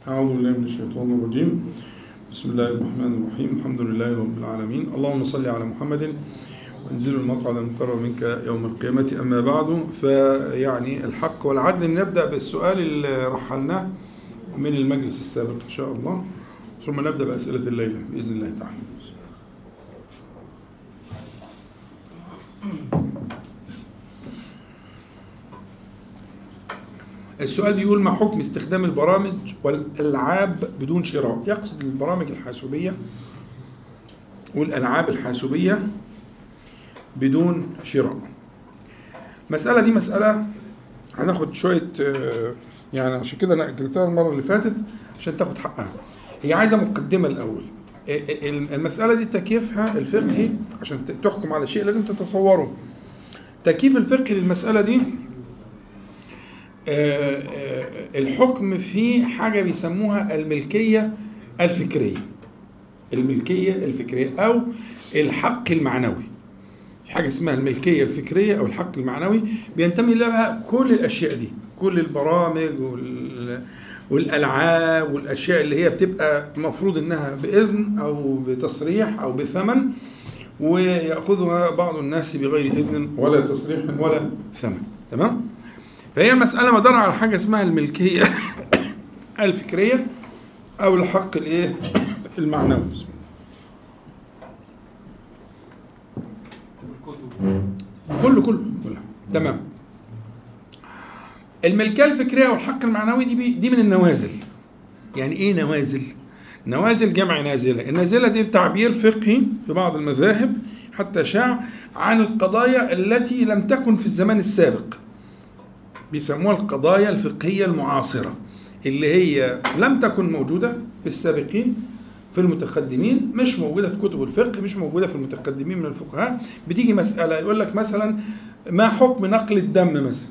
أعوذ بالله من الشيطان الرجيم. بسم الله الرحمن الرحيم. الحمد لله رب العالمين. اللهم صل على محمد وانزل المقعد المقرب منك يوم القيامة. أما بعد، فيعني الحق والعدل. نبدأ بالسؤال اللي رحلناه من المجلس السابق إن شاء الله، ثم نبدأ بأسئلة الليلة بإذن الله تعالى. السؤال بيقول: ما حكم استخدام البرامج والألعاب بدون شراء؟ يقصد البرامج الحاسوبية والألعاب الحاسوبية بدون شراء. المسألة دي مسألة هناخد شوية، يعني عشان كده أنا أجلتها المرة اللي فاتت عشان تاخد حقها. هي عايزة مقدمة الأول. المسألة دي تكييفها الفقهي عشان تحكم على شيء لازم تتصوره. تكييف الفقهي للمسألة دي الحكم في حاجة بيسموها الملكية الفكرية. الملكية الفكرية أو الحق المعنوي. في حاجة اسمها الملكية الفكرية أو الحق المعنوي بينتمي لها كل الأشياء دي، كل البرامج والألعاب والأشياء اللي هي بتبقى مفروض إنها بإذن أو بتصريح أو بثمن، ويأخذها بعض الناس بغير إذن ولا تصريح ولا ثمن. تمام؟ فهي مسألة مدار على حاجة اسمها الملكية الفكرية أو الحق المعنوي. كله تمام. الملكية الفكرية والحق المعنوي دي من النوازل. يعني ايه نوازل؟ نوازل جمع نازلة. النازلة دي تعبير فقهي في بعض المذاهب حتى شاع عن القضايا التي لم تكن في الزمان السابق، بيسموها القضايا الفقهية المعاصرة، اللي هي لم تكن موجودة في السابقين، في المتقدمين، مش موجودة في كتب الفقه، مش موجودة في المتقدمين من الفقهاء. بتيجي مسألة يقول لك مثلا: ما حكم نقل الدم مثلا؟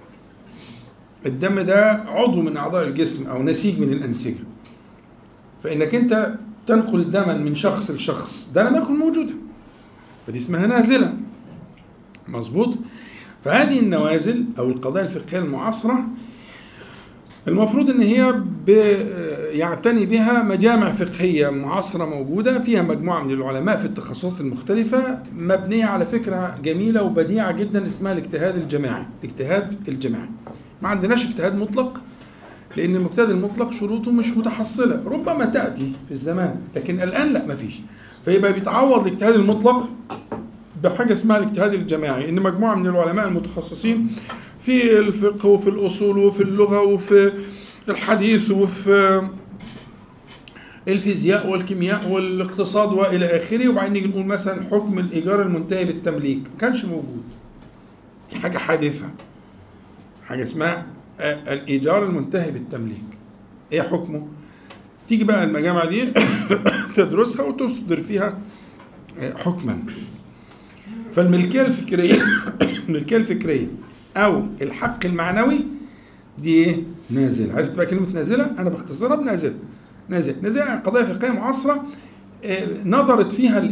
الدم ده عضو من أعضاء الجسم أو نسيج من الأنسجة، فإنك أنت تنقل الدم من شخص لشخص ده لم يكن موجودة، فدي اسمها نازلة. مظبوط؟ فهذه النوازل أو القضايا الفقهية المعاصرة المفروض أن هي يعتني بها مجامع فقهية معاصرة موجودة فيها مجموعة من العلماء في التخصصات المختلفة، مبنية على فكرة جميلة وبديعة جدا اسمها الاجتهاد الجماعي. الاجتهاد الجماعي ما عندناش اجتهاد مطلق، لأن المجتهد المطلق شروطه مش متحصلة، ربما تأتي في الزمان لكن الآن لا، ما فيش. فيبقى بيتعوض الاجتهاد المطلق بحاجة اسمها الاجتهاد الجماعي، إن مجموعة من العلماء المتخصصين في الفقه وفي الأصول وفي اللغة وفي الحديث وفي الفيزياء والكيمياء والاقتصاد وإلى آخره، وبعدين نيجي نقول مثلا حكم الإيجار المنتهي بالتمليك ما كانش موجود، دي حاجة حادثة، حاجة اسمها الإيجار المنتهي بالتمليك. إيه حكمه؟ تيجي بقى المجامع دي تدرسها وتصدر فيها حكما. فالملكية الفكرية الملكية الفكرية أو الحق المعنوي دي نازلة. عرفت بقى كلمة نازلة؟ أنا بختصرها بنازلة. نازلة يعني قضايا فقهية معاصرة نظرت فيها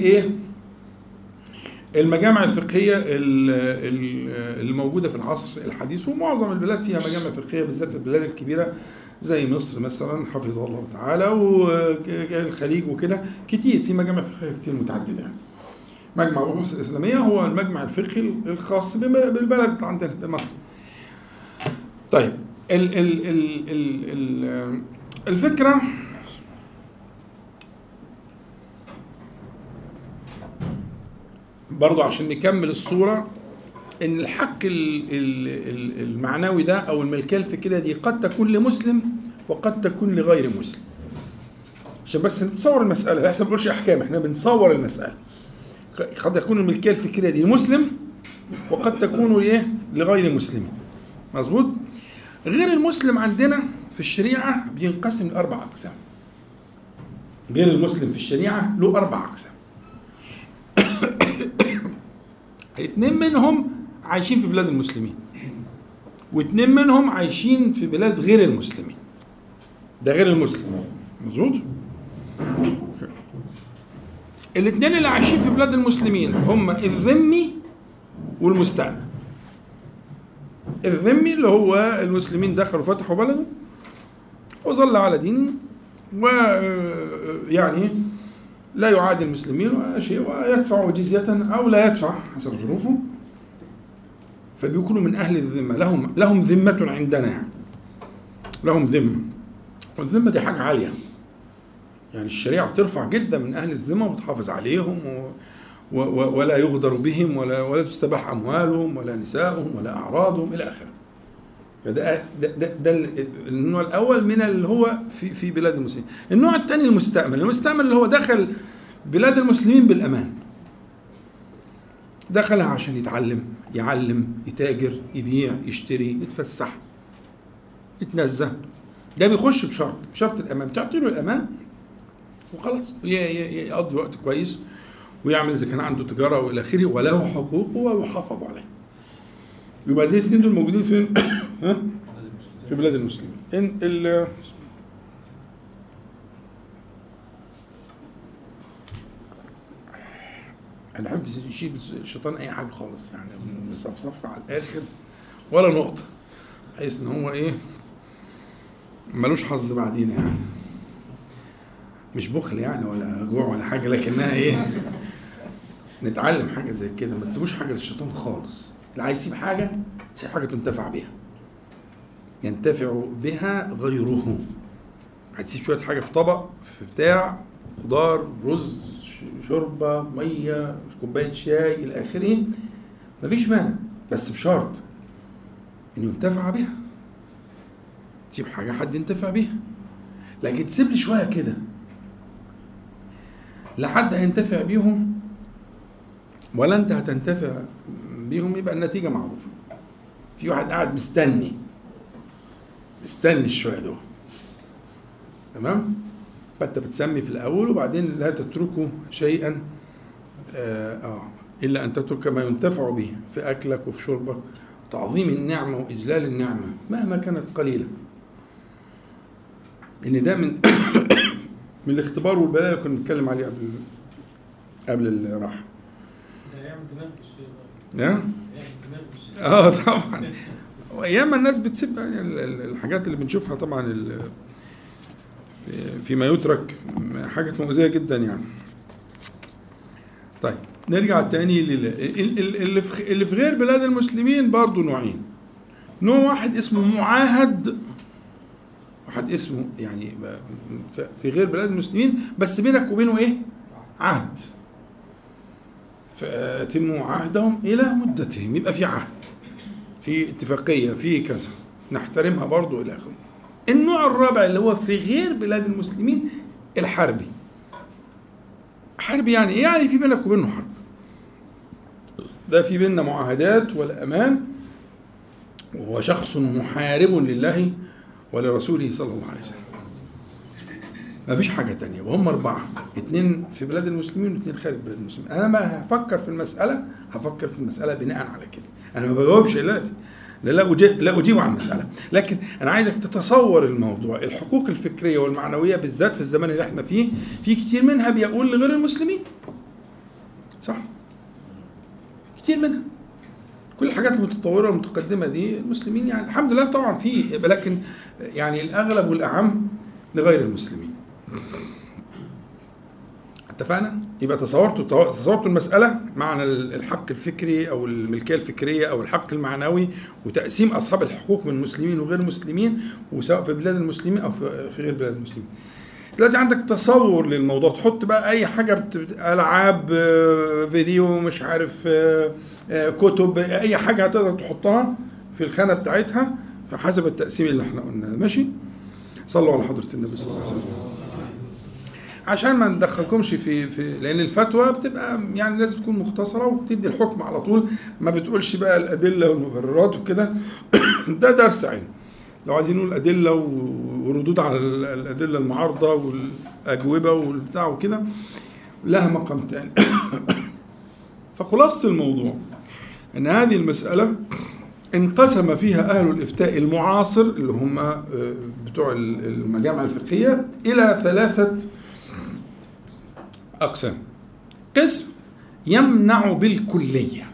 المجامع الفقهية الموجودة في العصر الحديث، ومعظم البلاد فيها مجامع فقهية، بالذات البلاد الكبيرة زي مصر مثلا حفظه الله تعالى، والخليج وكده كتير في مجامع فقهية كتير متعددة. يعني مجمع البحوث الإسلامية هو المجمع الفقهي الخاص بالبلد عندنا بمصر. طيب الفكرة برضو عشان نكمل الصورة، إن الحق المعنوي ده أو الملكية الفكرية دي قد تكون لمسلم وقد تكون لغير مسلم، عشان بس نتصور المسألة. احنا ما بنقولش أحكام، احنا بنصور المسألة. قد يكون الملكية الفكرية دي لمسلم وقد تكون لغير مسلم. مظبوط؟ غير المسلم عندنا في الشريعة بينقسم لأربع أقسام. غير المسلم في الشريعة له 4 أقسام. 2 منهم عايشين في بلاد المسلمين، و2 منهم عايشين في بلاد غير المسلمين. ده غير المسلم. مظبوط؟ الاثنين اللي عايشين في بلاد المسلمين هم الذمي والمستأمن. الذمي اللي هو المسلمين دخلوا فتحوا بلده، وظل على دينه ويعني لا يعادي المسلمين ولا شيء ويدفع جزية أو لا يدفع حسب ظروفه، فبيكونوا من أهل الذمة، لهم ذمة عندنا، يعني لهم ذمة. والذمة دي حاجة عالية، يعني الشريعة بترفع جدا من أهل الذمة وتحافظ عليهم ولا يغدر بهم ولا تستباح أموالهم ولا نسائهم ولا أعراضهم إلى آخره. ده النوع الأول من اللي هو في بلاد المسلمين. النوع الثاني المستأمن اللي هو دخل بلاد المسلمين بالأمان، دخلها عشان يعلم، يتاجر، يبيع، يشتري، يتفسح، يتنزه. ده بيخش بشرط الأمان، تعطي له الأمان وخلاص يقضي وقت كويس ويعمل إذا كان عنده تجارة وإلى آخره، وله حقوقه ويحافظ عليه. يبقى دي الاثنين دول موجودين فين؟ في بلاد المسلمين. أنا أحب يشيل الشيطان أي حاجة خالص، يعني مصفصف على الآخر ولا نقطة، بحيث إن هو ملوش حظ بعدين، يعني مش بخل يعني ولا جوع ولا حاجة، لكنها نتعلم حاجة زي كده. ما تسيبوش حاجة للشيطان خالص. اللي عايز يسيب حاجة تنتفع بها، ينتفع بها غيره. هتسيب شوية حاجة في طبق، في بتاع خضار، رز، شوربة، مية، كوباية شاي إلى آخره، مفيش مانع، بس بشرط إنه ينتفع بها. تجيب حاجة حد ينتفع بها، لكن تسيب لي شوية كده لا حد هينتفع بيهم ولا أنت هتنتفع بيهم، يبقى النتيجة معروفة. في واحد قاعد مستني الشوية دول، تمام؟ فأنت بتسمي في الأول، وبعدين لا تتركه شيئا إلا أن تترك ما ينتفع به في أكلك وفي شربك، تعظيم النعمة وإجلال النعمة مهما كانت قليلة. إن ده من الاختبار والبلاء اللي كنا بنتكلم عليه قبل الراحة. طبعا. وأيام الناس بتسيب الحاجات اللي بنشوفها طبعا فيما يترك حاجة مؤذية جدا يعني. طيب نرجع تاني اللي في غير بلاد المسلمين برضو نوعين. نوع واحد اسمه معاهد، واحد اسمه يعني في غير بلاد المسلمين بس بينك وبينه عهد، فأتموا عهدهم إلى مدتهم، يبقى في عهد، في اتفاقية، في كذا، نحترمها برضو إلى آخره. النوع الرابع اللي هو في غير بلاد المسلمين الحربي. حربي يعني في بينك وبينه حرب، ده في بيننا معاهدات والأمان، وهو شخص محارب لله ولرسوله صلى الله عليه وسلم. ما فيش حاجة تانية، وهم 4، 2 في بلاد المسلمين و2 خارج بلاد المسلمين. أنا ما هفكر في المسألة بناء على كده. أنا ما بجاوبش دلوقتي، لا أجيب عن المسألة، لكن أنا عايزك تتصور الموضوع. الحقوق الفكرية والمعنوية بالذات في الزمان اللي احنا فيه، في كتير منها بيقول لغير المسلمين، صح؟ كتير منها. كل الحاجات المتطورة والمتقدمة دي المسلمين يعني الحمد لله طبعا فيه، لكن يعني الأغلب والأعم لغير المسلمين. اتفقنا؟ يبقى تصورتوا المسألة، معنى الحق الفكري أو الملكية الفكرية أو الحق المعنوي، وتقسيم أصحاب الحقوق من مسلمين وغير مسلمين، وسواء في بلاد المسلمين أو في غير بلاد المسلمين. دلوقتي عندك تصور للموضوع، تحط بقى أي حاجة، ألعاب، فيديو، مش عارف، كتب، أي حاجة هتقدر تحطها في الخانة بتاعتها فحسب التقسيم اللي احنا قلناه. ماشي؟ صلوا على حضرة النبي صلى الله عليه وسلم. عشان ما ندخلكمش في لأن الفتوى بتبقى يعني لازم تكون مختصرة وبتدي الحكم على طول، ما بتقولش بقى الأدلة والمبررات وكده. ده درس علم. لو عايزين نقول أدلة وردود على الأدلة المعارضة والأجوبة والبتاع وكده، لها مقام تاني. فخلاصة الموضوع أن هذه المسألة انقسم فيها أهل الإفتاء المعاصر اللي هم بتوع المجامع الفقهية إلى 3 أقسام. قسم يمنع بالكلية،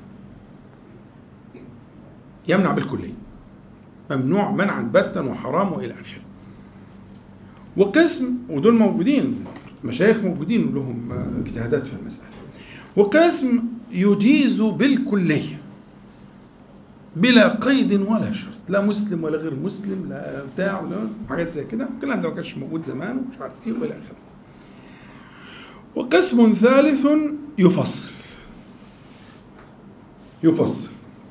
ممنوع منعا باتا وحرام وإلى آخره. وقسم، ودول موجودين مشايخ موجودين لهم اجتهادات في المسألة، وقسم يجيز بالكلية بلا قيد ولا شرط، لا مسلم ولا غير مسلم لا بتاع ولا حاجات زي كده. الكلام ده ما كانش موجود زمان ومش عارف ايه ولا اخره. وقسم ثالث يفصل.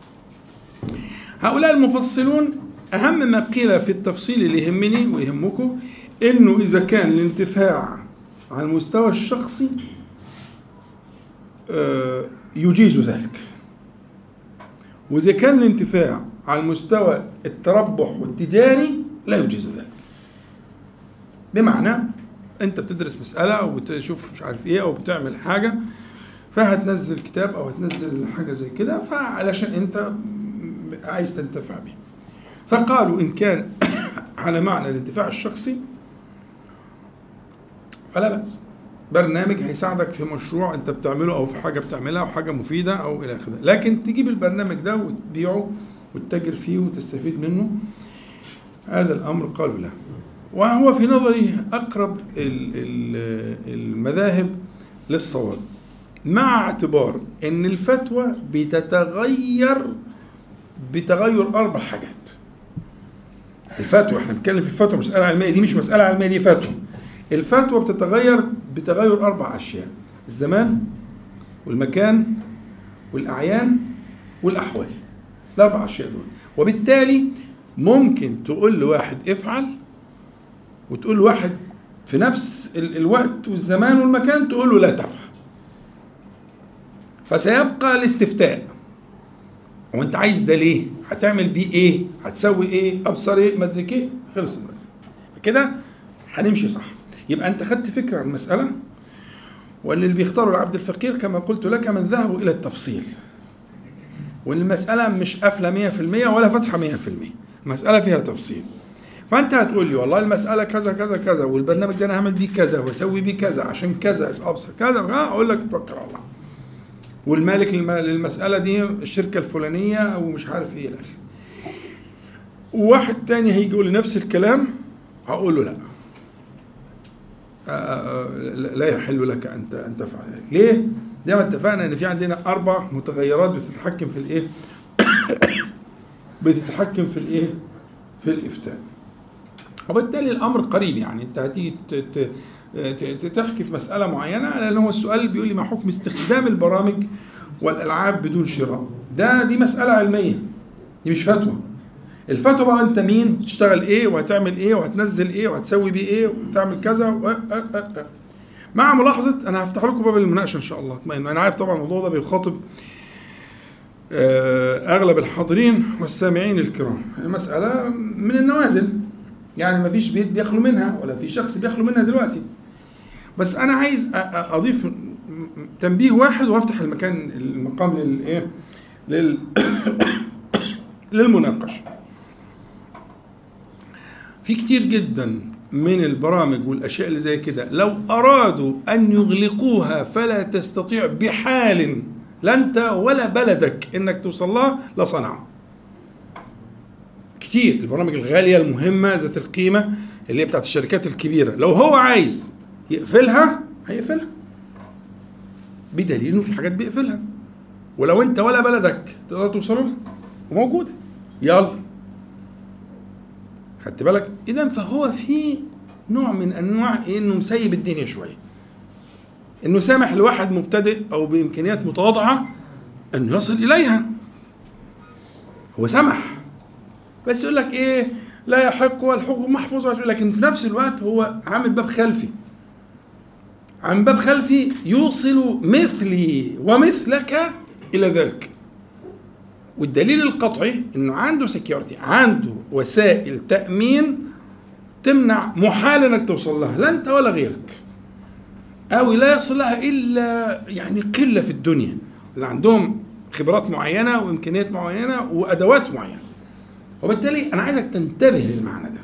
هؤلاء المفصلون أهم ما قيل في التفصيل اللي يهمني ويهمكم إنه إذا كان الانتفاع على المستوى الشخصي يجيز ذلك، وإذا كان الانتفاع على المستوى التربح والتجاري لا يجيز ذلك. بمعنى أنت بتدرس مسألة أو بتشوف مش عارف إيه أو بتعمل حاجة، فهتنزل كتاب أو هتنزل حاجة زي كده، فعلشان أنت عايز تنتفع به، فقالوا إن كان على معنى الانتفاع الشخصي فلا بأس. برنامج هيساعدك في مشروع أنت بتعمله أو في حاجة بتعملها أو حاجة مفيدة أو إلى آخره، لكن تجيب البرنامج ده وتبيعه وتتاجر فيه وتستفيد منه، هذا الأمر قالوا لا. وهو في نظري أقرب المذاهب للصواب، مع اعتبار أن الفتوى بتغير 4 حاجات. الفتوى احنا بنتكلم في الفتوى مسألة علمية، دي مش مسألة علمية، دي فتوى. الفتوى بتغير 4 أشياء: الزمان والمكان والأعيان والأحوال، ال4 أشياء دول. وبالتالي ممكن تقول لواحد افعل، وتقول لواحد في نفس الوقت والزمان والمكان تقول له لا تفعل، فسيبقى الاستفتاء. وانت عايز ده ليه؟ هتعمل بيه ايه؟ هتسوي ايه؟ ابصر ايه؟ ما ادري ايه؟ خلص المسألة كده، هنمشي صح. يبقى انت خدت فكرة عن المسألة، واللي بيختاروا العبد الفقير كما قلت لك من ذهبوا الى التفصيل، وان المسألة مش قافلة 100% ولا فتحة 100%، المسألة فيها تفصيل. فانت هتقول لي والله المسألة كذا كذا كذا، والبرنامج ده انا هعمل بيه كذا واسوي بيه كذا عشان كذا ابصر كذا، اقول لك توكل على الله. والمالك للمسألة دي الشركة الفلانية أو مش عارف إيه الآخر. وواحد تاني هيجي يقول لي نفس الكلام، هقول له لا، لا يحل لك أن تفعل ذلك. ليه؟ زي ما اتفقنا إن في عندنا 4 متغيرات بتتحكم في الإيه؟ بتتحكم في الإيه؟ في الإفتاء. وبالتالي الأمر قريب، يعني أنت هتيجي تحكي في مسألة معينة، لأن هو السؤال بيقول لي ما حكم استخدام البرامج والألعاب بدون شراء؟ دي مسألة علمية، دي مش فتوى. الفتوى بقى أنت مين، تشتغل إيه وهتعمل إيه وهتنزل إيه وهتسوي بيه إيه وهتعمل كذا مع ملاحظة أنا هفتح لكم باب المناقشة إن شاء الله. أنا عارف طبعا الموضوع ده بيخاطب أغلب الحاضرين والسامعين الكرام، مسألة من النوازل، يعني ما فيش بيت بيخلو منها ولا في شخص بيخلو منها دلوقتي. بس أنا عايز أضيف تنبيه واحد وأفتح المقام للمناقشة. في كتير جدا من البرامج والأشياء اللي زي كده لو أرادوا أن يغلقوها فلا تستطيع بحال لا أنت ولا بلدك إنك توصل لها لصنعوا. كتير البرامج الغالية المهمة ذات القيمة اللي هي بتاعت الشركات الكبيرة، لو هو عايز يقفلها هيقفلها، بدليل انه في حاجات بيقفلها، ولو انت ولا بلدك تقدر توصلوا لها وموجودة، يلا خدت بالك. اذا فهو في نوع من انواع انه مسيب الدنيا شوية، انه سامح لواحد مبتدئ او بامكانيات متواضعة انه يصل اليها، هو سمح، بس يقول لك ايه لا يحق والحقوق محفوظة، لكن في نفس الوقت هو عامل باب خلفي، عن باب خلفي يوصل مثلي ومثلك إلى ذلك. والدليل القطعي إنه عنده سكيورتي، عنده وسائل تأمين تمنع محال إنك توصل لها، لا أنت ولا غيرك، أو لا يصل لها إلا يعني قلة في الدنيا اللي عندهم خبرات معينة وإمكانيات معينة وأدوات معينة. وبالتالي أنا عايزك تنتبه للمعنى ده.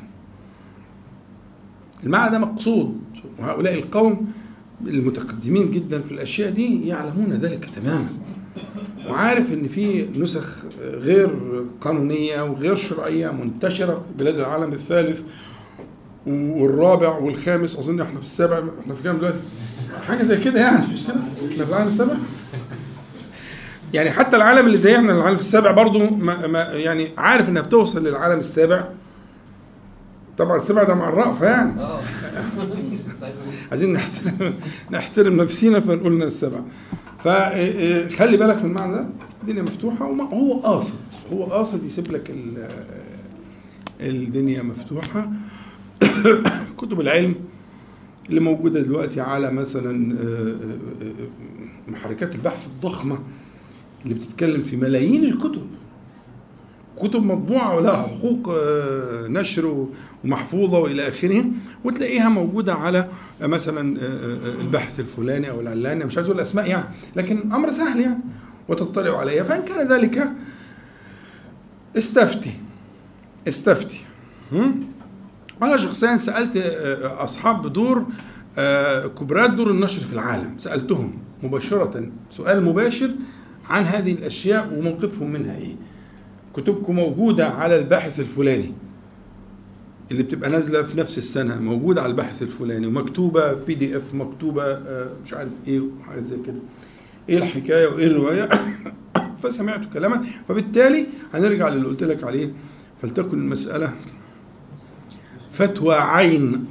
المعنى ده مقصود، وهؤلاء القوم المتقدمين جدا في الأشياء دي يعلمون ذلك تماما، وعارف ان في نسخ غير قانونية وغير شرعية منتشرة في بلاد العالم الثالث والرابع والخامس، اظن احنا في السابع، احنا في كام دلوقتي؟ حاجه زي كده يعني، مش كده؟ احنا في العالم السابع. يعني حتى العالم اللي زي احنا العالم في السابع برضو ما يعني عارف انها بتوصل للعالم السابع. طبعا السابع ده مع الرأفة يعني. عايزين نحترم نفسينا فنقول لنا السابع. فخلي بالك من المعنى ده، الدنيا مفتوحة، وهو قاصد يسيب لك الدنيا مفتوحة. كتب العلم اللي موجودة دلوقتي على مثلا محركات البحث الضخمة اللي بتتكلم في ملايين الكتب، كتب مطبوعة ولها حقوق نشر ومحفوظة وإلى آخره، وتلاقيها موجودة على مثلا البحث الفلاني أو العلاني، مش عايز أقول الأسماء يعني، لكن أمر سهل يعني، وتطلع عليها. فإن كان ذلك استفتي. أنا شخصيا سألت أصحاب دور كبرات دور النشر في العالم، سألتهم مباشرة سؤال مباشر عن هذه الأشياء وموقفهم منها إيه. كتبكم موجودة على الباحث الفلاني اللي بتبقى نازلة في نفس السنة، موجودة على الباحث الفلاني ومكتوبة PDF، مكتوبة مش عارف إيه وحاجة زي كده، إيه الحكاية وإيه الرواية. فسمعت كلاما، فبالتالي هنرجع للي قلت لك عليه، فلتكن المسألة فتوى عين.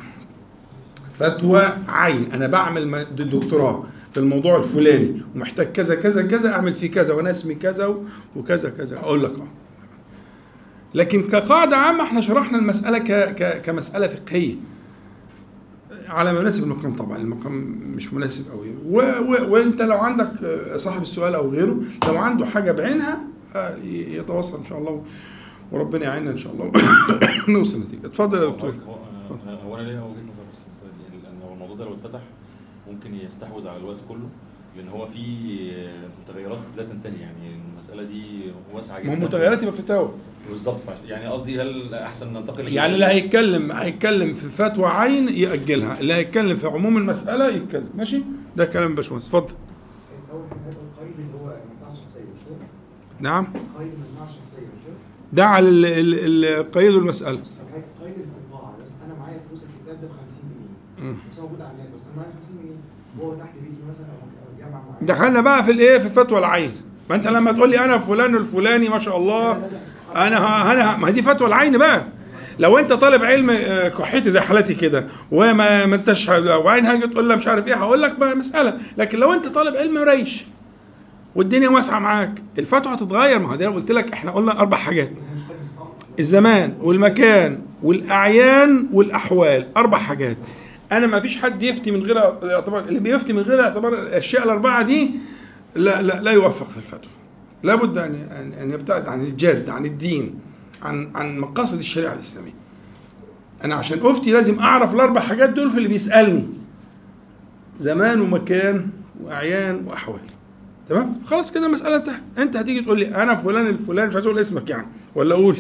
أنا بعمل دكتوراه في الموضوع الفلاني ومحتاج كذا كذا كذا، أعمل فيه كذا وأنا اسمي كذا وكذا كذا، أقول لك لكن كقاعدة عامة احنا شرحنا المسألة كمسألة فقهية على ما يناسب المقام. طبعا المقام مش مناسب أو غيره، وانت لو عندك صاحب السؤال أو غيره لو عنده حاجة بعينها يتواصل إن شاء الله، وربنا يعيننا إن شاء الله نوصل نتيجة. اتفضل يا دكتور. هو أنا ليا وجهة نظر بس لأن الموضوع ده لو اتفتح ممكن يستحوذ على الوقت كله، لأن هو في متغيرات لا تنتهي، يعني المسألة دي واسعة جدا. ما هو متغيرات يبقى فتاوى بالظبط. يعني قصدي هل أحسن ننتقل يعني اللي هيتكلم في فتوى عين يأجلها، اللي هيتكلم في عموم المسألة يتكلم. ماشي، ده كلام باشمهندس. اتفضل. القيد اللي هو المنفعة الشخصية مش كده؟ نعم. قيد المنفعة الشخصية مش كده؟ ده على القيد والمسألة. قيد الاستطاعة، بس أنا معايا فلوس الكتاب ده ب 50 جنيه. بس موجود على النت، بس أنا معايا 50 جنيه وهو تحت بيتي مثلا أو الجامعة معايا. دخلنا بقى في الإيه، في فتوى العين. ما أنت لما تقول لي أنا فلان الفلاني ما شاء الله أنا ما دي فتوى العين بقى. لو أنت طالب علم كحيتي زي حالتي كده وما انتش وعين هاجي تقول لي مش عارف إيه، هقول لك بقى مسألة. لكن لو أنت طالب علم مريش والدنيا واسعة معاك، الفتوى هتتغير. ما هو ده قلت لك احنا قلنا 4 حاجات: الزمان والمكان والأعيان والأحوال. 4 حاجات. أنا ما فيش حد يفتي من غير اعتبار، اللي بيفتي من غير اعتبار الأشياء ال4 دي لا يوفق في الفتوى. لابد أن يبتعد عن الجد، عن الدين، عن مقاصد الشريعة الإسلامية. أنا عشان أفتي لازم أعرف ال4 حاجات دول في اللي بيسألني: زمان ومكان وأعيان وأحوال. تمام؟ خلاص كده المسألة انتهت. أنت هتيجي تقول لي أنا فلان الفلاني، مش عايز أقول اسمك يعني ولا أقول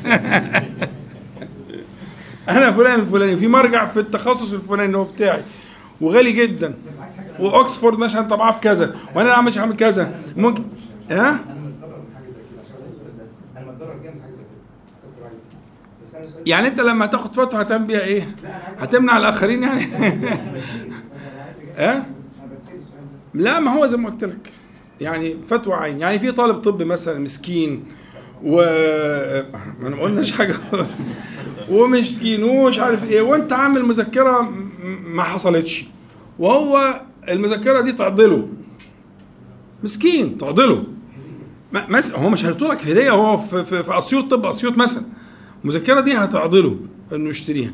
أنا فلان الفلاني في مرجع في التخصص الفلاني اللي هو بتاعي وغالي جدا، وأكسفورد مثلا طبعا بكذا، وأنا مش هعمل كذا، ممكن أنا متضرر من حاجة زي كده، عشان أنا متضرر جامد من حاجة زي كده. يعني أنت لما تاخد فتوى هتعمل بيها إيه؟ هتمنع الآخرين يعني؟ لا، ما هو زي ما قلت لك يعني فتوى عين. يعني في طالب طب مثلا مسكين ما قلناش حاجة ومسكين ومش عارف ايه، وانت عامل مذكرة ما حصلتش، وهو المذكرة دي تعضله، مسكين تعضله، هو مش هيطولك هدية، هو في أسيوط، طب أسيوط مثلا، المذكرة دي هتعضله انه يشتريها.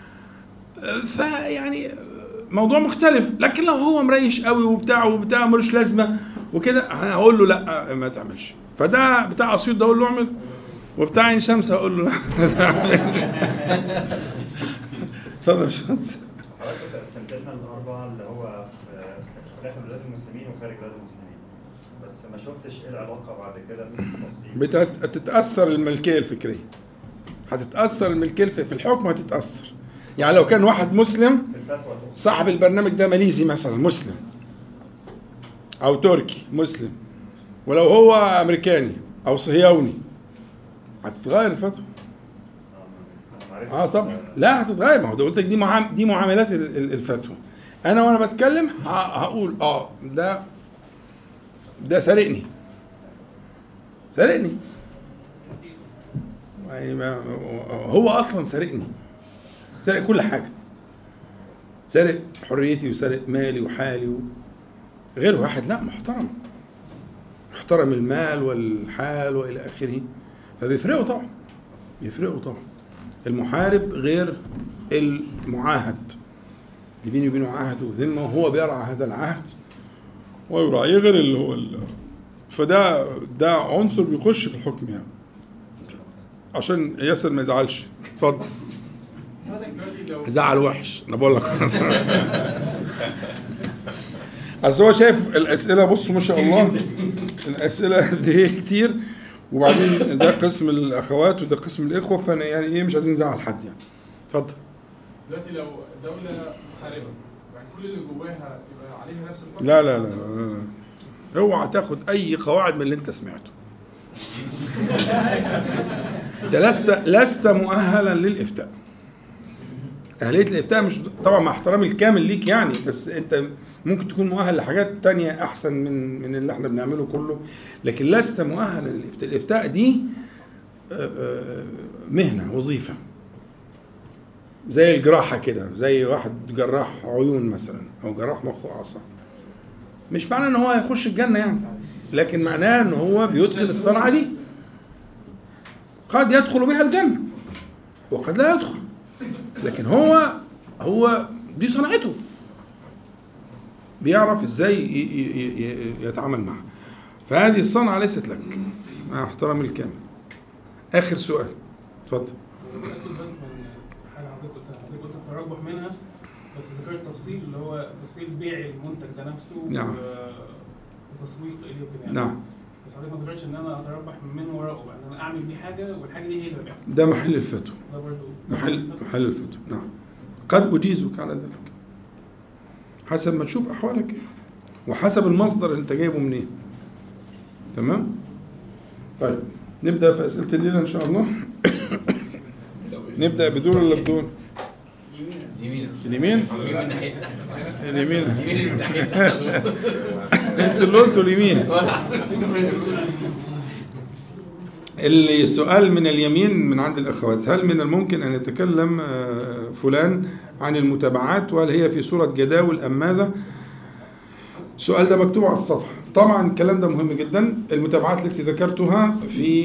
فيعني موضوع مختلف. لكن لو هو مريش قوي وبتاع ملوش لازمه وكده، هقول له لا ما تعملش. فده بتاع اسيوط ده اقول له اعمل، وبتاع عين شمس هقول له لا ما تعملش. اتفضل يا شمس. حضرتك قسمت لنا ال4 اللي هو داخل بلاد المسلمين وخارج بلاد المسلمين، بس ما شفتش ايه العلاقه بعد كده في التفصيل. بتتاثر الملكيه الفكريه، هتتاثر الملكيه في الحكم، هتتاثر. يعني لو كان واحد مسلم صاحب البرنامج ده ماليزي مثلا مسلم، او تركي مسلم، ولو هو امريكاني او صهيوني، هتتغير الفتوى. عارف طبعا لا هتتغير. ما هو ده قلت لك دي معاملات الفتوى. انا وانا بتكلم هقول ده سرقني يعني هو اصلا سرقني، سرق كل حاجه، سرق حريتي وسرق مالي وحالي غير واحد لا محترم المال والحال والى اخره. فبيفرقوا طبعا المحارب غير المعاهد اللي بيني وبينه عهد وذمه وهو بيرعى هذا العهد ويراعيه غير اللي هو فده عنصر بيخش في الحكم يعني عشان ياسر ما يزعلش. اتفضل. زعل وحش انا بقول لك. اصل هو شايف الاسئله، بصوا ما شاء الله الاسئله دي كتير، وبعدين ده قسم الاخوات وده قسم الاخوه، فانا يعني ايه مش عايزين نزعل حد يعني. اتفضل. دلوقتي لو دوله محاربه يعني كل اللي جواها يبقى عليها نفس الحكم؟ لا اوعى تاخد اي قواعد من اللي انت سمعته. ده لست مؤهلا للافتاء. اهليه الافتاء مش طبعا مع احترامي الكامل ليك يعني، بس انت ممكن تكون مؤهل لحاجات تانية احسن من اللي احنا بنعمله كله، لكن لست مؤهلا للافتاء. الافتاء دي مهنه، وظيفه، زي الجراحه كده، زي واحد جراح عيون مثلا او جراح مخ واعصاب. مش معناه ان هو هيخش الجنه يعني، لكن معناه ان هو بيتقن الصنعه دي. قد يدخل بها الجنه وقد لا يدخل، لكن هو دي صنعته، بيعرف ازاي يتعامل معها. فهذه الصنعه ليست لك مع احترامي الكامل. اخر سؤال اتفضل. بس من حاجه حضرتك قلت الترجح منها، بس ذكرت تفصيل اللي هو تفصيل بيع المنتج ده نفسه. نعم. وتسويق اليه وكده يعني. نعم. بس حضرتك ما ذكرتش ان انا اتربح من وراءه بقى، ان انا اعمل بيه حاجه والحاجه دي هي اللي ببيعها. ده محل الفتوى. ده برضه محل الفتوى. نعم. قد اجيزك على ذلك حسب ما تشوف احوالك ايه وحسب المصدر اللي انت جايبه منين. تمام؟ طيب نبدا في اسئله الليله ان شاء الله. نبدا بدور ولا بدون؟ اليمين انت اللي قلتوا اليمين. السؤال من اليمين من عند الاخوات: هل من الممكن ان يتكلم فلان عن المتابعات وهل هي في صورة جداول ام ماذا؟ السؤال ده مكتوب على الصفحة. طبعا الكلام ده مهم جدا. المتابعات التي ذكرتها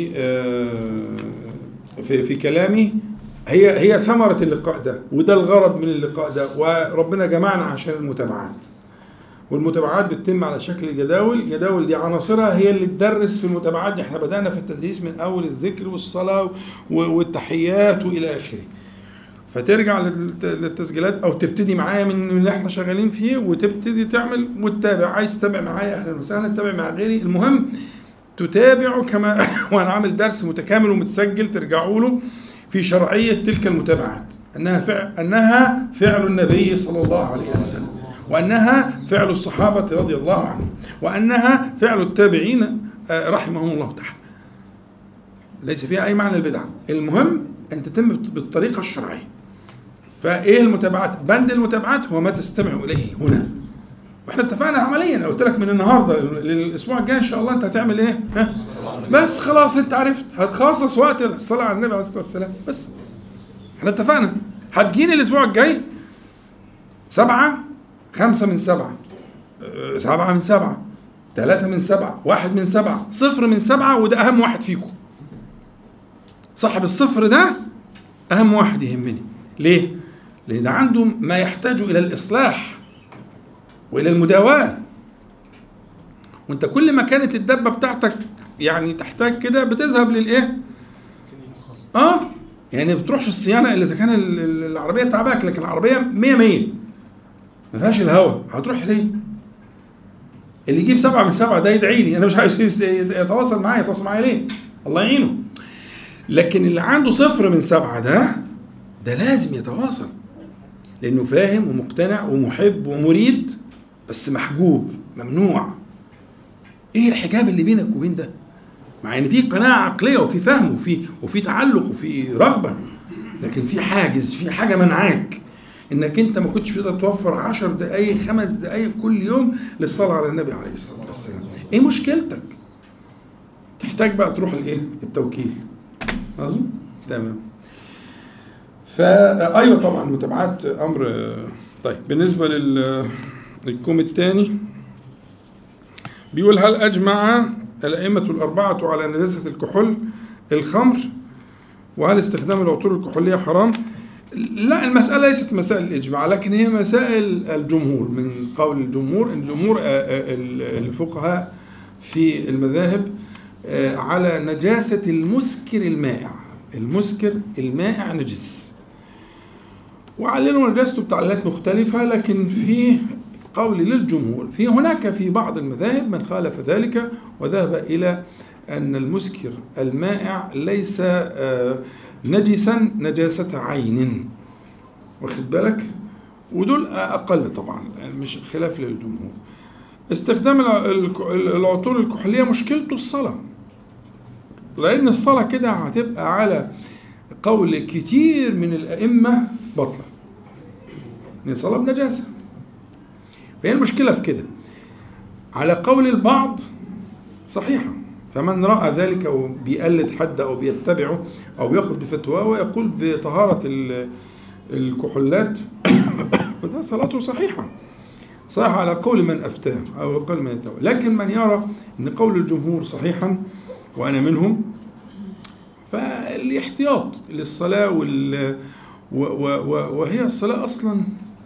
في كلامي هي ثمرة اللقاء ده، وده الغرض من اللقاء ده، وربنا جمعنا عشان المتابعات. والمتابعات بتتم على شكل جداول. الجداول دي عناصرها هي اللي تدرس في المتابعات دي. احنا بدأنا في التدريس من أول الذكر والصلاة والتحيات وإلى آخره. فترجع للتسجيلات أو تبتدي معايا من اللي احنا شغالين فيه وتبتدي تعمل وتتابع. عايز تتابع معايا أهلا وسهلا، تتابع مع غيري، المهم تتابعوا كما وأنا عامل درس متكامل ومتسجل ترجعوا له في شرعية تلك المتابعات، أنها فعل النبي صلى الله عليه وسلم، وأنها فعل الصحابة رضي الله عنهم، وأنها فعل التابعين رحمهم الله تعالى. ليس فيها أي معنى البدع. المهم أن تتم بالطريقة الشرعية. فإيه المتابعات؟ بند المتابعات هو ما تستمع إليه هنا. واحنا اتفقنا عمليا. أنا قلت لك من النهارده للاسبوع الجاي ان شاء الله انت هتعمل ايه؟ بس خلاص انت عرفت هتخصص وقت الصلاه على النبي عليه الصلاه والسلام. بس احنا اتفقنا هتجيني الاسبوع الجاي 7 5 من 7 7 من 7 3 من 7 1 من 7 0 من 7، وده اهم واحد فيكم. صاحب الصفر ده اهم واحد يهمني. ليه؟ لان عنده ما يحتاج الى الاصلاح وإلى المداواة. وانت كل ما كانت الدبة بتاعتك يعني تحتاج كده بتذهب للإيه؟ يعني بتروحش الصيانة إلا إذا كان العربية تعباك، لكن العربية 100 ما فيهاش الهواء، هتروح ليه؟ اللي يجيب 7 من 7 ده يدعي لي، أنا مش عايز يتواصل معايا ليه؟ الله يعينه. لكن اللي عنده 0 من 7 ده لازم يتواصل، لأنه فاهم ومقتنع ومحب ومريد، بس محجوب ممنوع. ايه الحجاب اللي بينك وبين ده؟ مع ان في قناعه عقليه وفي فهم وفي تعلق وفي رغبه، لكن في حاجز، في حاجة منعاك انك انت ما كنتش بتقدر توفر 10 دقائق 5 دقائق كل يوم للصلاة على النبي عليه الصلاة والسلام. ايه مشكلتك؟ تحتاج بقى تروح الايه؟ التوكيل. مظبوط؟ تمام. فايوه طبعا متابعات امر. طيب بالنسبة للكوم الثاني بيقول: هل اجمع الائمة الاربعة على نجاسة الكحول الخمر؟ وهل استخدام العطور الكحولية حرام؟ لا، المسألة ليست مسائل الإجماع، لكن هي مسائل الجمهور. من قول الجمهور، الجمهور الفقهاء في المذاهب على نجاسة المسكر المائع. المسكر المائع نجس، وعللوا نجاسته بتعليلات مختلفة، لكن في قول للجمهور. هناك في بعض المذاهب من خالف ذلك وذهب إلى أن المسكر المائع ليس نجسا نجاسة عين، واخد بالك؟ ودول أقل طبعا، مش خلاف للجمهور. استخدام العطور الكحولية مشكلته الصلاة، لأن الصلاة كده هتبقى على قول كتير من الأئمة بطلة، إن الصلاة بنجاسة. فهي المشكلة في كده. على قول البعض صحيحة، فمن رأى ذلك وبيقلد حد أو بيتبعه أو بياخد بفتواه ويقول بطهارة الكحولات فده صلاته صحيحة على قول من أفتاه أو قول من يتوى. لكن من يرى أن قول الجمهور صحيحا وأنا منهم، فالاحتياط للصلاة وهي الصلاة أصلا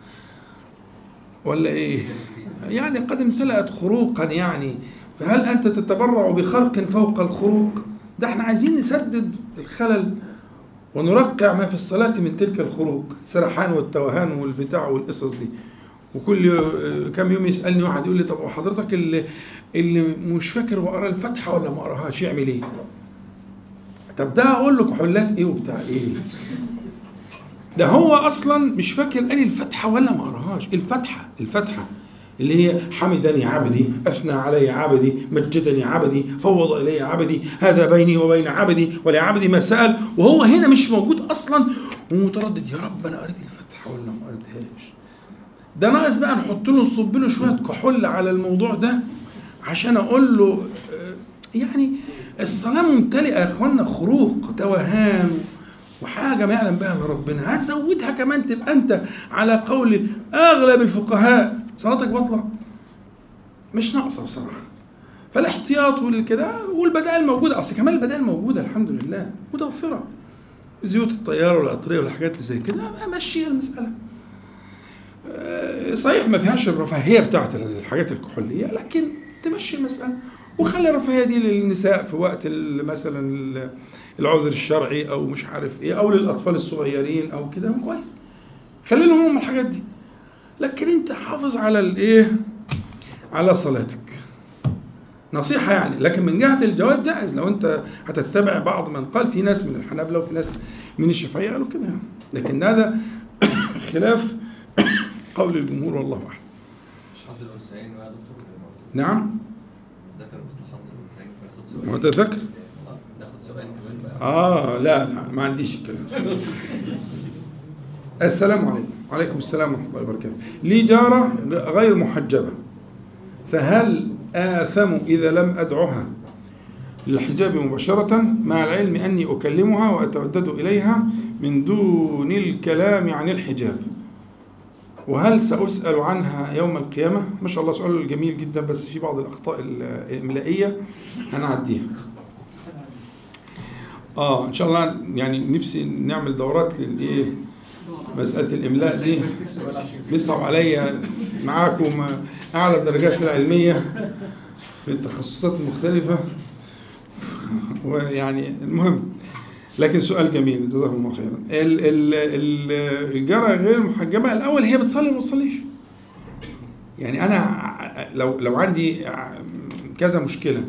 ولا إيه؟ يعني قد امتلأت خروقا يعني، فهل أنت تتبرع بخرق فوق الخروق؟ ده احنا عايزين نسدد الخلل ونرقع ما في الصلاة من تلك الخروق، سرحان والتوهان والبتاع والقصص دي. وكل كم يوم يسألني واحد يقول لي: طب وحضرتك اللي مش فاكر هو قرا الفاتحة ولا ما قراهاش يعمل ايه؟ طب ده اقول له كحولات ايه وبتاع ايه؟ ده هو اصلا مش فاكر قال الفاتحة ولا ما قراهاش. الفاتحة اللي هي: حمدني عبدي، أثنى علي عبدي، مجدني عبدي، فوض إلي عبدي، هذا بيني وبين عبدي ولعبدي ما سأل. وهو هنا مش موجود أصلا ومتردد: يا رب أنا قريت الفاتحة ولا ما قريتهاش؟ ده ناقص بقى نحط له نصب له شوية كحول على الموضوع ده عشان أقول له يعني الصلاة ممتلئة يا إخوانا خروق توهان وحاجة ما يعلم بها إلا ربنا. هتزودها كمان تبقى أنت على قول أغلب الفقهاء صلاتك بطلة، مش ناقصة بصراحة. فالاحتياط والكده والبدائل موجودة، أصل كمان البدائل موجودة الحمد لله متوفرة، زيوت الطيارة والعطرية والحاجات اللي زي كده ماشية المسألة. صحيح ما فيهاش الرفاهية بتاعت الحاجات الكحولية، لكن تمشي المسألة وخلي الرفاهية دي للنساء في وقت مثلا العذر الشرعي أو مش عارف إيه، أو للأطفال الصغيرين أو كده، كويس، خلي لهم هم الحاجات دي. لكن انت حافظ على الايه؟ على صلاتك، نصيحة يعني. لكن من جهة الجواز جائز لو انت هتتبع بعض من قال، في ناس من الحنابلة وفي ناس من الشافعية قالوا كده يعني. لكن هذا خلاف قول الجمهور والله اعلم. مش حظ الانثيين يا دكتور؟ نعم، الذكر مثل حظ الانثيين. ناخد سؤال. هو تذكر؟ ناخد سؤال كمان بقى. لا ما عنديش الكلام. السلام عليكم. وعليكم السلام ورحمة الله وبركاته. لي جارة غير محجبة، فهل آثم إذا لم أدعها للحجاب مباشرة مع العلم أني أكلمها وأتودد إليها من دون الكلام عن الحجاب؟ وهل سأسأل عنها يوم القيامة؟ ما شاء الله سؤال جميل جدا، بس في بعض الأخطاء الإملائية هنعديها. إن شاء الله يعني نفسي نعمل دورات للإيه؟ مسألة الإملاء دي بيصعب عليا معاكم أعلى الدرجات العلمية في التخصصات المختلفة ويعني المهم، لكن سؤال جميل جزاكم الله خيرا. الجارة غير المحجبة، الأول هي بتصلي وما بتصليش. يعني أنا لو عندي كذا مشكلة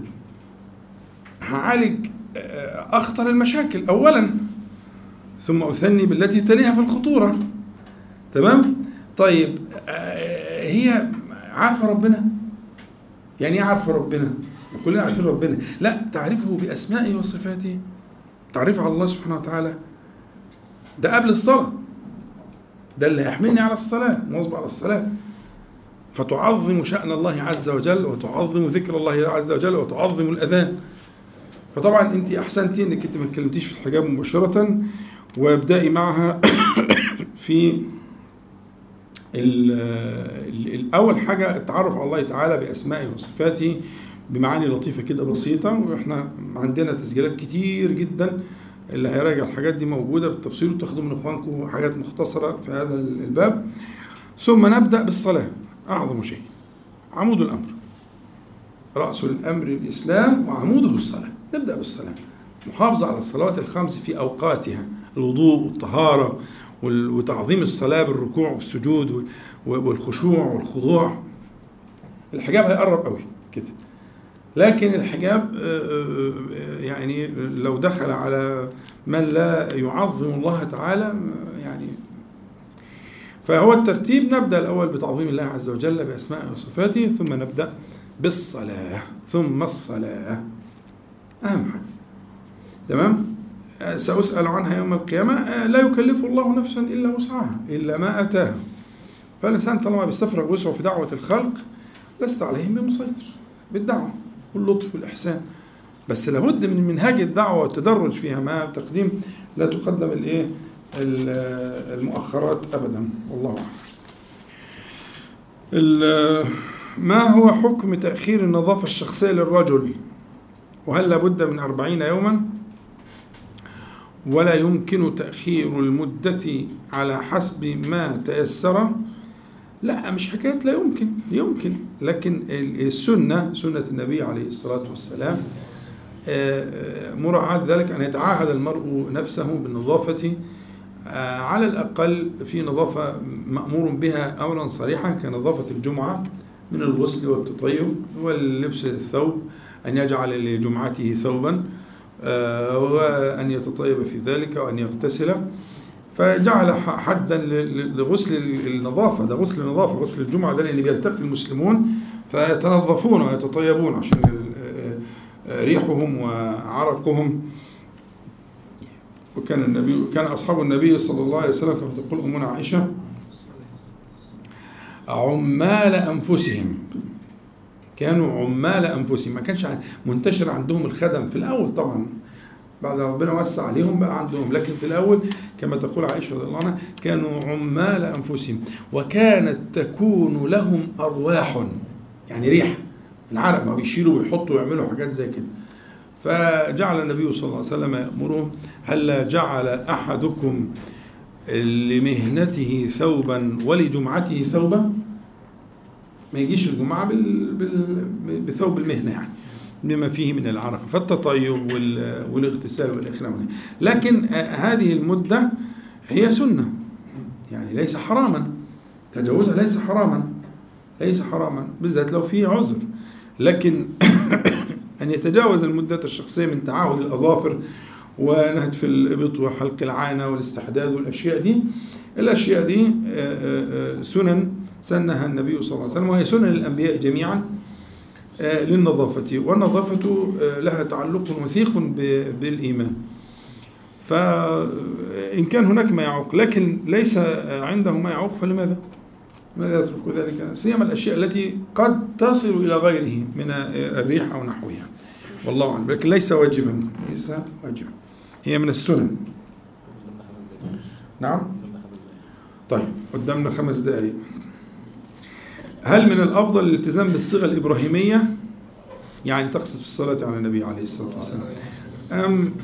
هعالج أخطر المشاكل أولا، ثم أثني بالتي تليها في الخطورة. تمام؟ طيب هي عارفة ربنا؟ يعني ايه عارفة ربنا؟ كلنا عارفين ربنا، لا تعرفه بأسمائه وصفاته، تعرف على الله سبحانه وتعالى. ده قبل الصلاة، ده اللي هيحملني على الصلاة، مواظبة على الصلاة. فتعظم شأن الله عز وجل، وتعظم ذكر الله عز وجل، وتعظم الأذان. فطبعا أنت أحسنتي أنك أنت ما اتكلمتيش في الحجاب مباشرة، وابدأي معها في الأول حاجة التعرف على الله تعالى بأسمائه وصفاته بمعاني لطيفة كده بسيطة. وإحنا عندنا تسجيلات كتير جدا، اللي هيراجع الحاجات دي موجودة بالتفصيل، وتاخدوا من إخوانكم حاجات مختصرة في هذا الباب. ثم نبدأ بالصلاة، أعظم شيء، عمود الأمر، رأس الأمر الإسلام وعموده الصلاة. نبدأ بالصلاة، محافظة على الصلوات الخمس في أوقاتها، الوضوء والطهارة وتعظيم الصلاة بالركوع والسجود والخشوع والخضوع. الحجاب هيقرب قوي كده، لكن الحجاب يعني لو دخل على من لا يعظم الله تعالى يعني. فهو الترتيب، نبدأ الأول بتعظيم الله عز وجل بأسمائه وصفاته، ثم نبدأ بالصلاة، ثم الصلاة أهم حاجة. تمام؟ سأسأل عنها يوم القيامة. لا يكلف الله نفسا إلا وسعها، إلا ما أتاها. فالإنسان طالما بيستفرغ وسعه في دعوة الخلق لست عليهم بمسيطر بالدعوة واللطف والإحسان، بس لابد من منهاج الدعوة والتدرج فيها، ما تقديم لا تقدم المؤخرات أبدا. والله أعلم. ما هو حكم تأخير النظافة الشخصية للرجل؟ وهل لابد من 40 يوما؟ ولا يمكن تأخير المدة على حسب ما تيسر؟ لا، مش حكاية لا يمكن، يمكن، لكن السنة، سنة النبي عليه الصلاة والسلام مراعاة ذلك أن يتعاهد المرء نفسه بالنظافة على الأقل في نظافة مأمور بها أمرا صريحا، كنظافة الجمعة من الغسل والتطيب واللبس الثوب، أن يجعل لجمعته ثوبا وأن يتطيب في ذلك وأن يغتسل. فجعل حدا لغسل النظافة، ده غسل النظافة، غسل الجمعة ده لأن بيلتقي المسلمون فيتنظفون ويتطيبون عشان ريحهم وعرقهم. كان أصحاب النبي صلى الله عليه وسلم كما تقول أمنا عائشة عمال أنفسهم، كانوا عمال أنفسهم، ما كانش منتشر عندهم الخدم في الأول، طبعا بعد ربنا وسع عليهم بقى عندهم، لكن في الأول كما تقول عائشة رضي الله عنها كانوا عمال أنفسهم، وكانت تكون لهم أرواح، يعني ريح العرق، ما بيشيلوا ويحطوا ويعملوا حاجات زي كده. فجعل النبي صلى الله عليه وسلم يأمرهم هلا جعل أحدكم لمهنته ثوبا ولجمعته ثوبا، ما يجيش الجمعة بثوب المهنة يعني بما فيه من العرق، فالتطيب والاغتسال والإخلاء. لكن هذه المدة هي سنة، يعني ليس حراما، تجاوزها ليس حراما، ليس حراما بالذات لو فيه عذر، لكن أن يتجاوز المدة الشخصية من تعاهد الأظافر ونهتف الإبط وحلق العانة والاستحداد والأشياء دي، الأشياء دي سنن سنها النبي صلى الله عليه وسلم، وهي سنن الأنبياء جميعا للنظافة، والنظافة لها تعلق وثيق بالإيمان. فإن كان هناك ما يعوق لكن ليس عنده ما يعوق فلماذا؟ ماذا يترك ذلك؟ سيما الأشياء التي قد تصل إلى غيره من الريح أو نحوها، والله أعلم، لكن ليس واجبا، ليس واجبا، هي من السنن. نعم. طيب قدامنا 5 دقائق. هل من الأفضل الالتزام بالصيغة الإبراهيمية، يعني تقصد في الصلاة على النبي عليه الصلاة والسلام، أم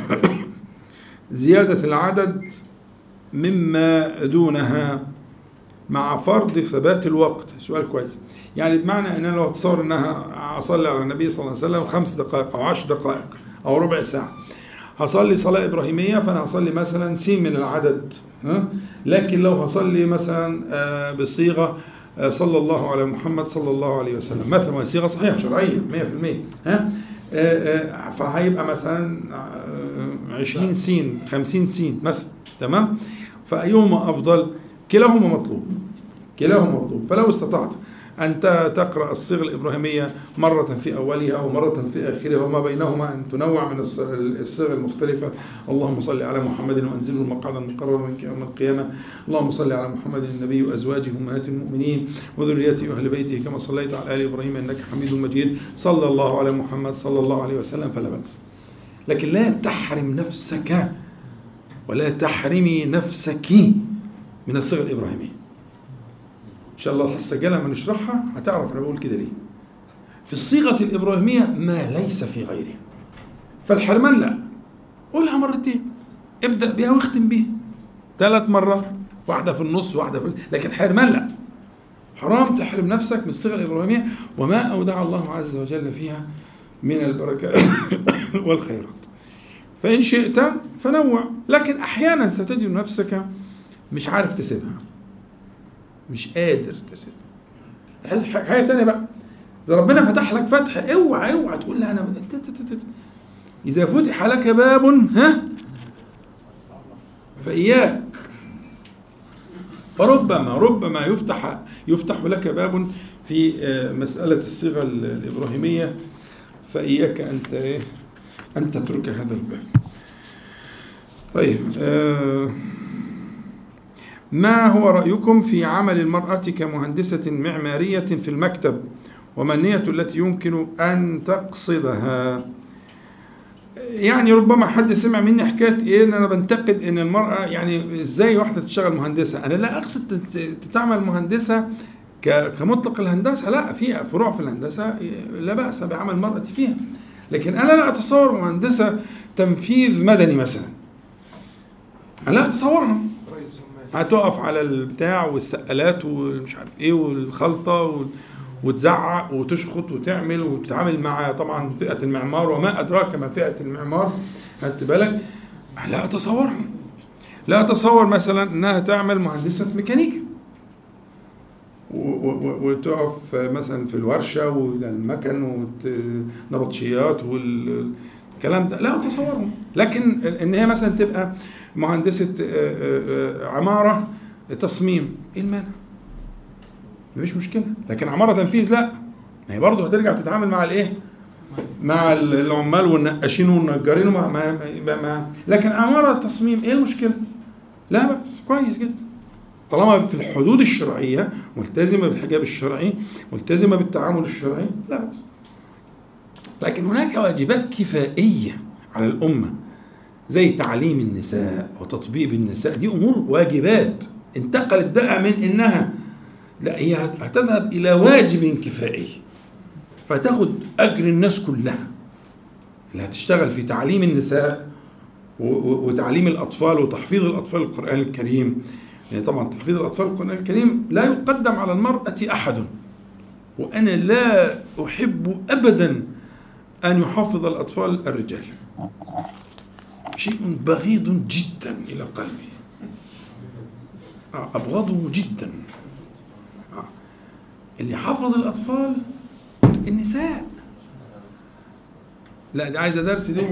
زيادة العدد مما دونها مع فرض ثبات الوقت؟ سؤال كويس. يعني بمعنى أن أنا لو أتصور أنها أصلي على النبي صلى الله عليه وسلم 5 دقائق أو 10 دقائق أو ربع ساعة، هصلي صلاة إبراهيمية، فأنا هصلي مثلا س من العدد، لكن لو هصلي مثلا بصيغة صلى الله على محمد صلى الله عليه وسلم مثلا، صيغة صحيحة شرعية 100%، فهيبقى مثلا 20 سين 50 سين مثلا، تمام؟ فأيهما أفضل؟ كلاهما مطلوب، كلاهما مطلوب. فلو استطعت أنت تقرأ الصيغ الإبراهيمية مرة في أولها ومرة في آخرها وما بينهما، أن تنوع من الصيغ المختلفة. اللهم صل على محمد وأنزله المقعد المقرر منك يوم القيامة. اللهم صل على محمد النبي وأزواجه أمهات المؤمنين وذريته وأهل بيته كما صليت على آل إبراهيم إنك حميد مجيد. صلى الله على محمد صلى الله عليه وسلم، فلا بأس. لكن لا تحرم نفسك ولا تحرمي نفسك من الصيغة الإبراهيمية. إن شاء الله الحصة الجاية لما نشرحها هتعرف أنا بقول كده ليه. في الصيغة الإبراهيمية ما ليس في غيرها. فالحرمان لا، قولها مرتين، ابدأ بها واختم بها 3 مرات، واحدة في النص واحدة في لكن حرمان لا. حرام تحرم نفسك من الصيغة الإبراهيمية وما أودع الله عز وجل فيها من البركات والخيرات. فإن شئت فنوع، لكن أحيانا ستجد نفسك مش عارف تسيبها، مش قادر تسيبها. حاجة تانية بقى، إذا ربنا فتح لك فتح اوعى تقول لا أنا إذا فتح لك باب فإياك، فربما يفتح لك باب في مسألة الصيغة الإبراهيمية، فإياك أن تترك هذا الباب. طيب، ما هو رأيكم في عمل المرأة كمهندسة معمارية في المكتب، وما النية التي يمكن أن تقصدها؟ يعني ربما حد سمع مني حكاية إن أنا بنتقد إن المرأة يعني إزاي واحدة تشتغل مهندسة. أنا لا أقصد تعمل مهندسة كمطلق الهندسة، لا، فيها فروع في الهندسة لا بأس بعمل المرأة فيها، لكن أنا لا أتصور مهندسة تنفيذ مدني مثلا، أنا لا أتصورها هتقف على البتاع والسقالات والمش عارف إيه والخلطة وتزعق وتشخط وتعمل وتتعامل مع طبعا فئة المعمار وما أدراك ما فئة المعمار، خدت بالك؟ لا أتصور مثلا أنها تعمل مهندسة ميكانيكا وتقف مثلا في الورشة والمكن والنبطشيات والكلام ده، لا أتصوره. لكن إن هي مثلا تبقى مهندسة عمارة تصميم، إيه المانع؟ مفيش مشكلة. لكن عمارة تنفيذ لا، ما هي برضه هترجع تتعامل مع الإيه؟ مع العمال والنقاشين والنجارين لكن عمارة تصميم إيه المشكلة؟ لا بأس، كويس جدا طالما في الحدود الشرعية، ملتزمة بالحجاب الشرعي، ملتزمة بالتعامل الشرعي، لا بأس. لكن هناك واجبات كفائية على الأمة زي تعليم النساء وتطبيب النساء، دي أمور واجبات انتقلت بقى من إنها لا، هي هتذهب إلى واجب كفائي، فتاخد أجر الناس كلها اللي هتشتغل في تعليم النساء وتعليم الأطفال وتحفيظ الأطفال القرآن الكريم. يعني طبعا تحفيظ الأطفال القرآن الكريم لا يقدم على المرأة أحد، وأنا لا أحب أبدا أن يحفظ الأطفال الرجال، شيء بغيض جدا إلى قلبي، أبغضه جدا. اللي يحفظ الأطفال النساء، لا دي عايزة درس دي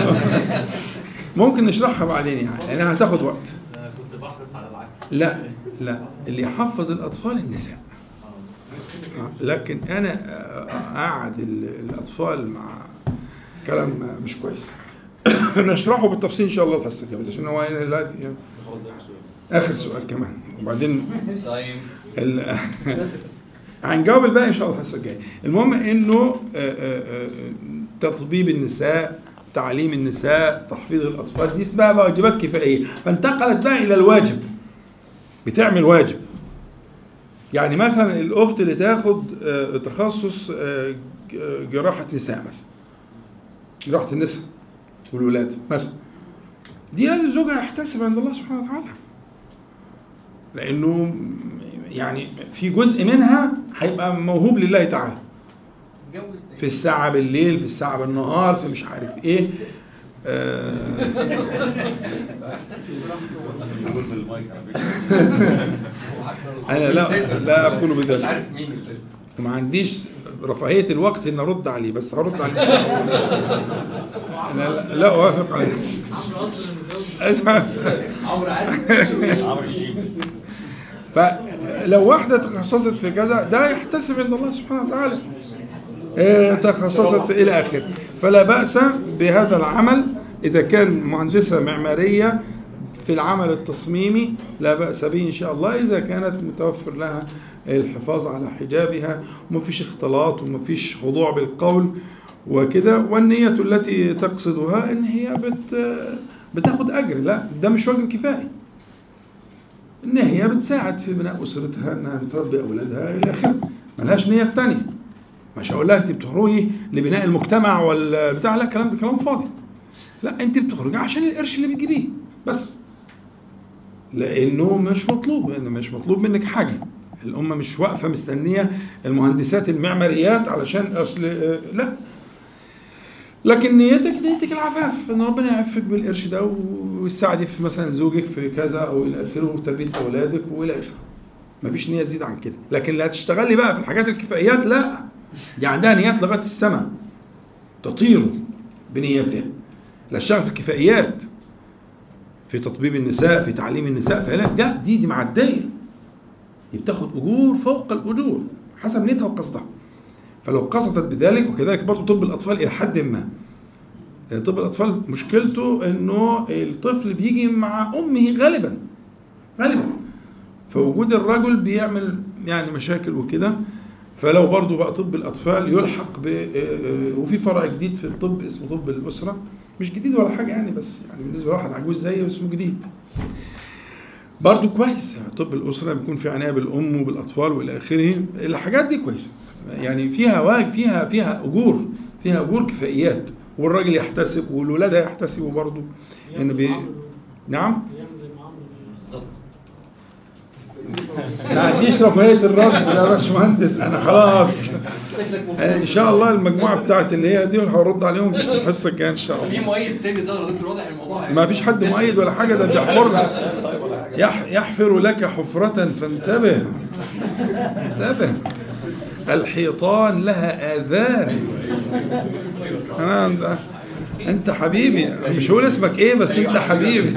ممكن نشرحها بعدين يعني لأنها هتاخد وقت. كنت بحرص على العكس. لا اللي يحفظ الأطفال النساء، لكن أنا أقعد الأطفال مع كلام مش كويس. نشرحه بالتفصيل إن شاء الله الحصة كده، بس عشان هو دلوقتي آخر سؤال كمان وبعدين هنجاوب الباقي إن شاء الله الحصة الجاية. المهم إنه تطبيب النساء، تعليم النساء، تحفيظ الأطفال، دي اسمها واجبات كفائية، فانتقلت بقى إلى الواجب، بتعمل واجب. يعني مثلا الأخت اللي تاخد تخصص جراحة نساء مثلا، جراحة النساء والولادة مثلا، دي لازم زوجها يحتسب عند الله سبحانه وتعالى، لأنه يعني في جزء منها هيبقى موهوب لله تعالى، في الساعة بالليل، في الساعة بالنهار، في مش عارف ايه. انا لا اقول بذلك، وما عنديش رفاهية الوقت ان ارد عليه، بس هرد عليه. انا لا اوافق عليه. عمرو لو واحدة تخصصت في كذا ده يحتسب عند الله سبحانه وتعالى، تخصصت في إلى آخره. فلا بأس بهذا العمل إذا كان مهندسة معمارية في العمل التصميمي، لا بأس به إن شاء الله إذا كانت متوفر لها الحفاظ على حجابها ومفيش اختلاط ومفيش خضوع بالقول وكده، والنية التي تقصدها إن هي بتاخد أجر. لا، ده مش واجب كفائي، إن هي بتساعد في بناء أسرتها، إنها بتربي أولادها إلى آخره، ملهاش نية تانية. مش هقول لها أنت بتخرجي لبناء المجتمع والبتاع، لا، الكلام ده كلام فاضي. لا، أنت بتخرجي عشان القرش اللي بتجيبيه بس، لأنه مش مطلوب منك حاجة. الأمة مش واقفة مستنية المهندسات المعماريات علشان أصل لا، لكن نيتك العفاف، ان ربنا يعفك بالقرش ده ويساعدك في مثلا زوجك في كذا او الى اخره وتربيه اولادك والى اخره. مفيش نيه تزيد عن كده. لكن لا تشتغلي بقى في الحاجات الكفائيات، لا، دي عندها نيات لغايه السماء تطير بنيتها. لا تشتغل في الكفائيات، في تطبيب النساء، في تعليم النساء، في دي معديه، دي بتاخد اجور فوق الاجور حسب نيتها وقصدها. فلو قصدت بذلك، وكذلك برضه طب الأطفال إلى حد ما. طب الأطفال مشكلته إنه الطفل بيجي مع أمه غالبا، فوجود الرجل بيعمل يعني مشاكل وكده. فلو برضه بقى طب الأطفال يلحق وفي فرع جديد في الطب اسمه طب الأسرة، مش جديد ولا حاجة يعني، بس يعني بالنسبة لواحد عجوز زي اسمه جديد برضه كويس. طب الأسرة بيكون في عناية بالأم وبالأطفال وإلى آخره. الحاجات دي كويسة يعني، فيها أجور كفائيات، والراجل يحتسب والولاد يحتسبوا برضه إن نعم. ما عنديش رفاهية الرد يا باشمهندس، أنا خلاص إن شاء الله المجموعة بتاعت اللي هي دي هرد عليهم بس الحصة الجاية إن شاء الله. في مؤيد تاني ظهر دكتور، واضح الموضوع ما فيش حد مؤيد ولا حاجة، ده بيحفر يحفر لك حفرة فانتبه. الحيطان لها آذان. أنت حبيبي، مش هقول اسمك إيه بس أنت حبيبي.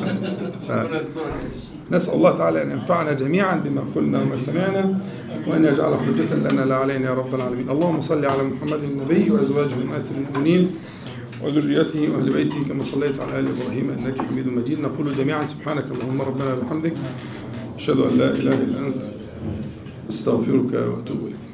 نسأل الله تعالى أن ينفعنا جميعا بما قلنا وما سمعنا، وأن يجعل حجة لنا لا علينا يا رب العالمين. اللهم صل على محمد النبي وأزواجه أمهات المؤمنين وذريته وأهل بيته كما صليت على آل إبراهيم إنك حميد مجيد. نقول جميعا سبحانك اللهم ربنا وبحمدك، أشهد أن لا إله إلا أنت، أستغفرك وأتوب إليك.